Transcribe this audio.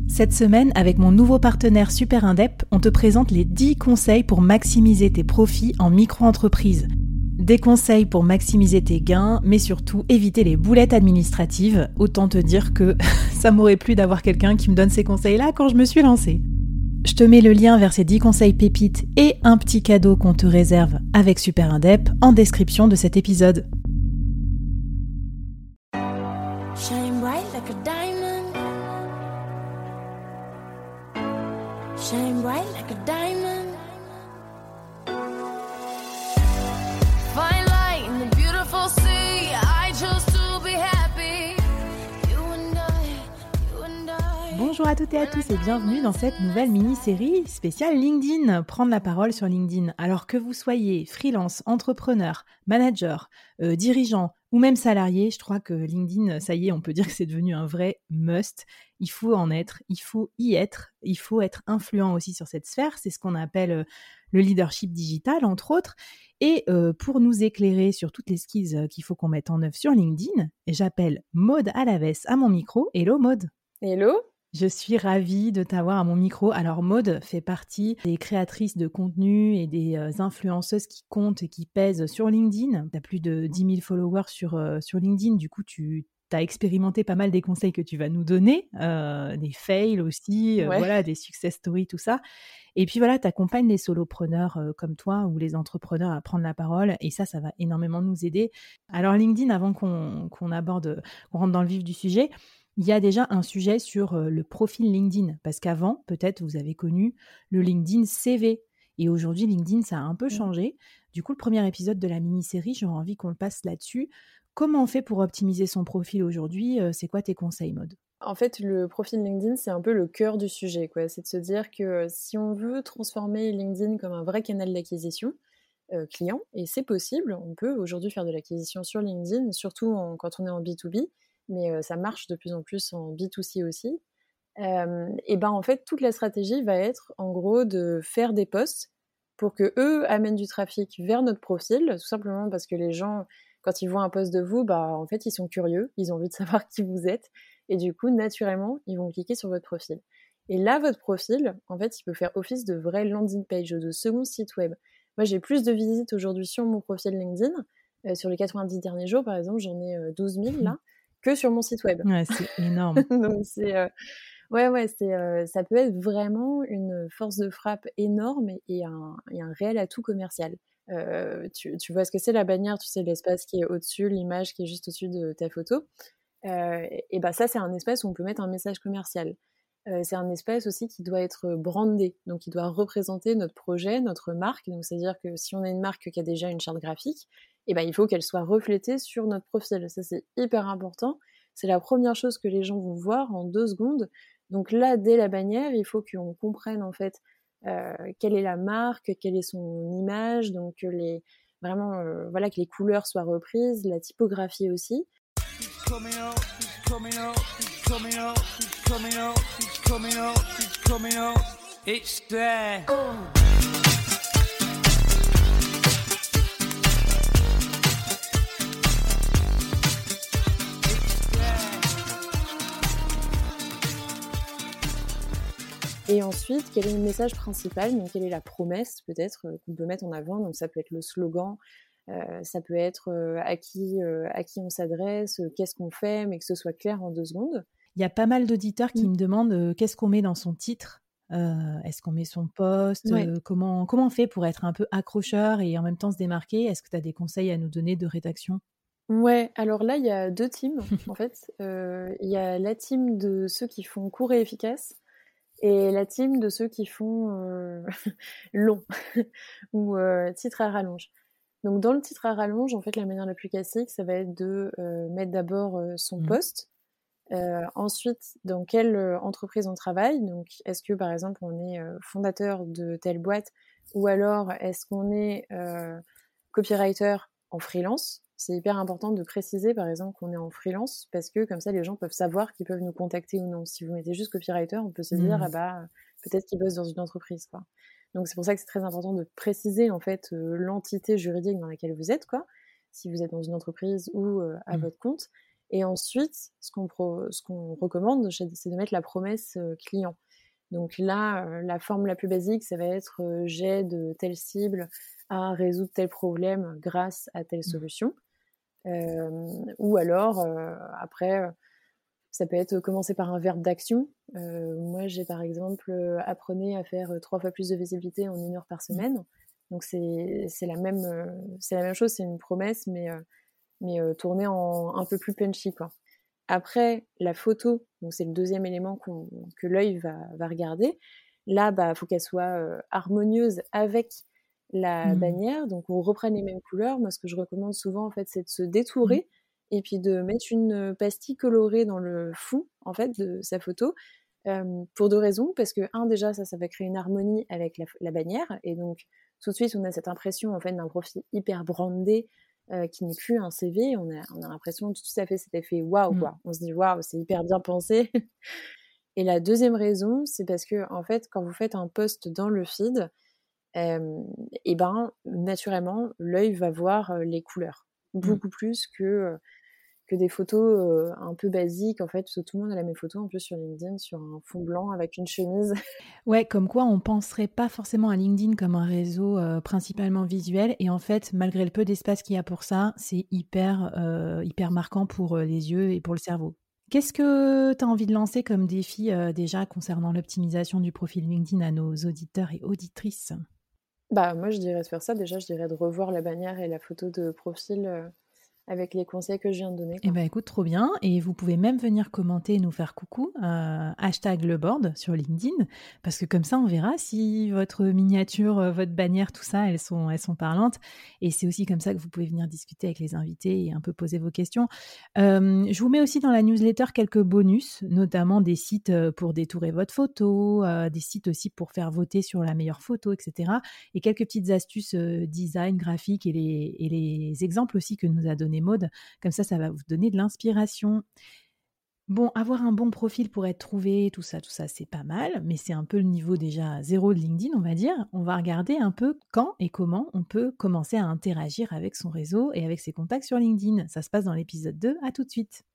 Cette semaine, avec mon nouveau partenaire Super Indep, on te présente les 10 conseils pour maximiser tes profits en micro-entreprise. Des conseils pour maximiser tes gains, mais surtout éviter les boulettes administratives. Autant te dire que ça m'aurait plu d'avoir quelqu'un qui me donne ces conseils-là quand je me suis lancée. Je te mets le lien vers ces 10 conseils pépites et un petit cadeau qu'on te réserve avec Super Indep en description de cet épisode. Shine bright like a diamond. Shine bright like a diamond. Fine light in the beautiful sea. I chose to be happy. You and I. Bonjour à toutes et à tous et bienvenue dans cette nouvelle mini-série spéciale LinkedIn. Prendre la parole sur LinkedIn. Alors que vous soyez freelance, entrepreneur, manager, dirigeant ou même salarié, je crois que LinkedIn, ça y est, on peut dire que c'est devenu un vrai must. Il faut en être, il faut y être, il faut être influent aussi sur cette sphère. C'est ce qu'on appelle le leadership digital, entre autres. Et pour nous éclairer sur toutes les skills qu'il faut qu'on mette en œuvre sur LinkedIn, j'appelle Maude Alavès à mon micro. Hello Maude. Hello. Je suis ravie de t'avoir à mon micro. Alors Maude fait partie des créatrices de contenu et des influenceuses qui comptent et qui pèsent sur LinkedIn. Tu as plus de 10 000 followers sur LinkedIn. Du coup, tu as expérimenté pas mal des conseils que tu vas nous donner, des fails aussi, Ouais. voilà, des success stories, tout ça. Et puis voilà, tu accompagnes les solopreneurs comme toi ou les entrepreneurs à prendre la parole. Et ça va énormément nous aider. Alors LinkedIn, avant qu'on rentre dans le vif du sujet, il y a déjà un sujet sur le profil LinkedIn, parce qu'avant, peut-être, vous avez connu le LinkedIn CV. Et aujourd'hui, LinkedIn, ça a un peu changé. Du coup, le premier épisode de la mini-série, j'aurais envie qu'on le passe là-dessus. Comment on fait pour optimiser son profil aujourd'hui ? C'est quoi tes conseils, Maude ? En fait, le profil LinkedIn, c'est un peu le cœur du sujet, quoi. C'est de se dire que si on veut transformer LinkedIn comme un vrai canal d'acquisition client, et c'est possible, on peut aujourd'hui faire de l'acquisition sur LinkedIn, surtout quand on est en B2B, mais ça marche de plus en plus en B2C aussi. Et ben en fait, toute la stratégie va être en gros de faire des posts pour que eux amènent du trafic vers notre profil, tout simplement parce que les gens, quand ils voient un post de vous, bah en fait ils sont curieux, ils ont envie de savoir qui vous êtes, et du coup naturellement ils vont cliquer sur votre profil. Et là, votre profil, en fait, il peut faire office de vrai landing page, de second site web. Moi, j'ai plus de visites aujourd'hui sur mon profil LinkedIn, sur les 90 derniers jours, par exemple, j'en ai 12 000 là, que sur mon site web. Ouais, c'est énorme. Donc c'est ça peut être vraiment une force de frappe énorme et un réel atout commercial. Tu vois ce que c'est la bannière, tu sais, l'espace qui est au-dessus, l'image qui est juste au-dessus de ta photo. Et bah ça, c'est un espace où on peut mettre un message commercial. C'est un espace aussi qui doit être brandé, donc qui doit représenter notre projet, notre marque. Donc c'est-à-dire que si on a une marque qui a déjà une charte graphique, et ben il faut qu'elle soit reflétée sur notre profil. Ça, c'est hyper important. C'est la première chose que les gens vont voir en 2 secondes. Donc là, dès la bannière, il faut qu'on comprenne en fait quelle est la marque, quelle est son image, donc voilà, que les couleurs soient reprises, la typographie aussi. It's there. Et ensuite, quel est le message principal ? Donc, quelle est la promesse, peut-être, qu'on peut mettre en avant ? Donc, ça peut être le slogan, ça peut être à qui on s'adresse, qu'est-ce qu'on fait, mais que ce soit clair en 2 secondes. Il y a pas mal d'auditeurs qui me demandent qu'est-ce qu'on met dans son titre ? Est-ce qu'on met son post ? Ouais. Comment on fait pour être un peu accrocheur et en même temps se démarquer ? Est-ce que tu as des conseils à nous donner de rédaction ? Ouais, alors là, il y a 2 teams, en fait. Il y a la team de ceux qui font court et efficace et la team de ceux qui font long ou titre à rallonge. Donc, dans le titre à rallonge, en fait, la manière la plus classique, ça va être de mettre d'abord son poste. Ensuite, dans quelle entreprise on travaille. Donc, est-ce que, par exemple, on est fondateur de telle boîte ou alors est-ce qu'on est copywriter en freelance ? C'est hyper important de préciser, par exemple, qu'on est en freelance parce que comme ça, les gens peuvent savoir qu'ils peuvent nous contacter ou non. Si vous mettez juste copywriter, on peut se dire, peut-être qu'ils bossent dans une entreprise, quoi. Donc, c'est pour ça que c'est très important de préciser, en fait, l'entité juridique dans laquelle vous êtes, quoi, si vous êtes dans une entreprise ou à votre compte. Et ensuite, ce qu'on recommande, c'est de mettre la promesse client. Donc là, la forme la plus basique, ça va être j'aide telle cible à résoudre tel problème grâce à telle solution. Ou alors, après, ça peut être commencer par un verbe d'action. Moi, j'ai par exemple apprenez à faire 3 fois plus de visibilité en 1 heure par semaine. Donc c'est la même chose, c'est une promesse, mais tournée en un peu plus punchy, quoi. Après, la photo, donc c'est le deuxième élément que l'œil va regarder. Là, faut qu'elle soit harmonieuse avec la bannière, donc on reprenne les mêmes couleurs. Moi, ce que je recommande souvent, en fait, c'est de se détourer et puis de mettre une pastille colorée dans le fond, en fait, de sa photo, pour 2 raisons. Parce que, déjà, ça va créer une harmonie avec la bannière, et donc tout de suite, on a cette impression, en fait, d'un profil hyper brandé, qui n'est plus un CV. On a l'impression tout à fait cet effet waouh, quoi. On se dit waouh, c'est hyper bien pensé. Et la deuxième raison, c'est parce que, en fait, quand vous faites un post dans le feed, naturellement, l'œil va voir les couleurs beaucoup plus que des photos un peu basiques, en fait, parce que tout le monde a la même photo en plus sur LinkedIn, sur un fond blanc avec une chemise. Ouais, comme quoi on penserait pas forcément à LinkedIn comme un réseau principalement visuel, et en fait, malgré le peu d'espace qu'il y a pour ça, c'est hyper marquant pour les yeux et pour le cerveau. Qu'est-ce que tu as envie de lancer comme défi déjà concernant l'optimisation du profil LinkedIn à nos auditeurs et auditrices? Moi, je dirais de faire ça. Déjà, je dirais de revoir la bannière et la photo de profil avec les conseils que je viens de donner, Eh quoi. écoute, trop bien. Et vous pouvez même venir commenter et nous faire coucou, hashtag le board sur LinkedIn, parce que comme ça, on verra si votre miniature, votre bannière, tout ça, elles sont parlantes. Et c'est aussi comme ça que vous pouvez venir discuter avec les invités et un peu poser vos questions. Je vous mets aussi dans la newsletter quelques bonus, notamment des sites pour détourer votre photo, des sites aussi pour faire voter sur la meilleure photo, etc. Et quelques petites astuces design, graphique, et les exemples aussi que nous a donné Maud. Comme ça va vous donner de l'inspiration. Bon, avoir un bon profil pour être trouvé, tout ça, c'est pas mal, mais c'est un peu le niveau déjà zéro de LinkedIn, on va dire. On va regarder un peu quand et comment on peut commencer à interagir avec son réseau et avec ses contacts sur LinkedIn. Ça se passe dans l'épisode 2. À tout de suite.